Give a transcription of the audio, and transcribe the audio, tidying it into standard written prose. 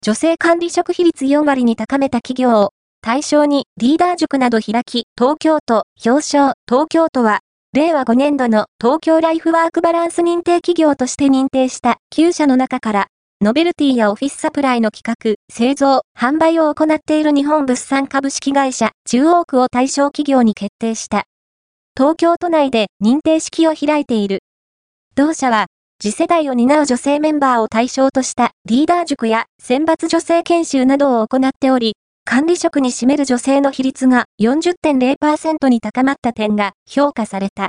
女性管理職比率4割に高めた企業を対象にリーダー塾など開き、東京都、表彰、東京都は、令和5年度の東京ライフワークバランス認定企業として認定した9社の中から、ノベルティやオフィスサプライの企画、製造、販売を行っている日本物産株式会社中央区を対象企業に決定した。東京都内で認定式を開いている。同社は、次世代を担う女性メンバーを対象としたリーダー塾や選抜女性研修などを行っており、管理職に占める女性の比率が 40.0% に高まった点が評価された。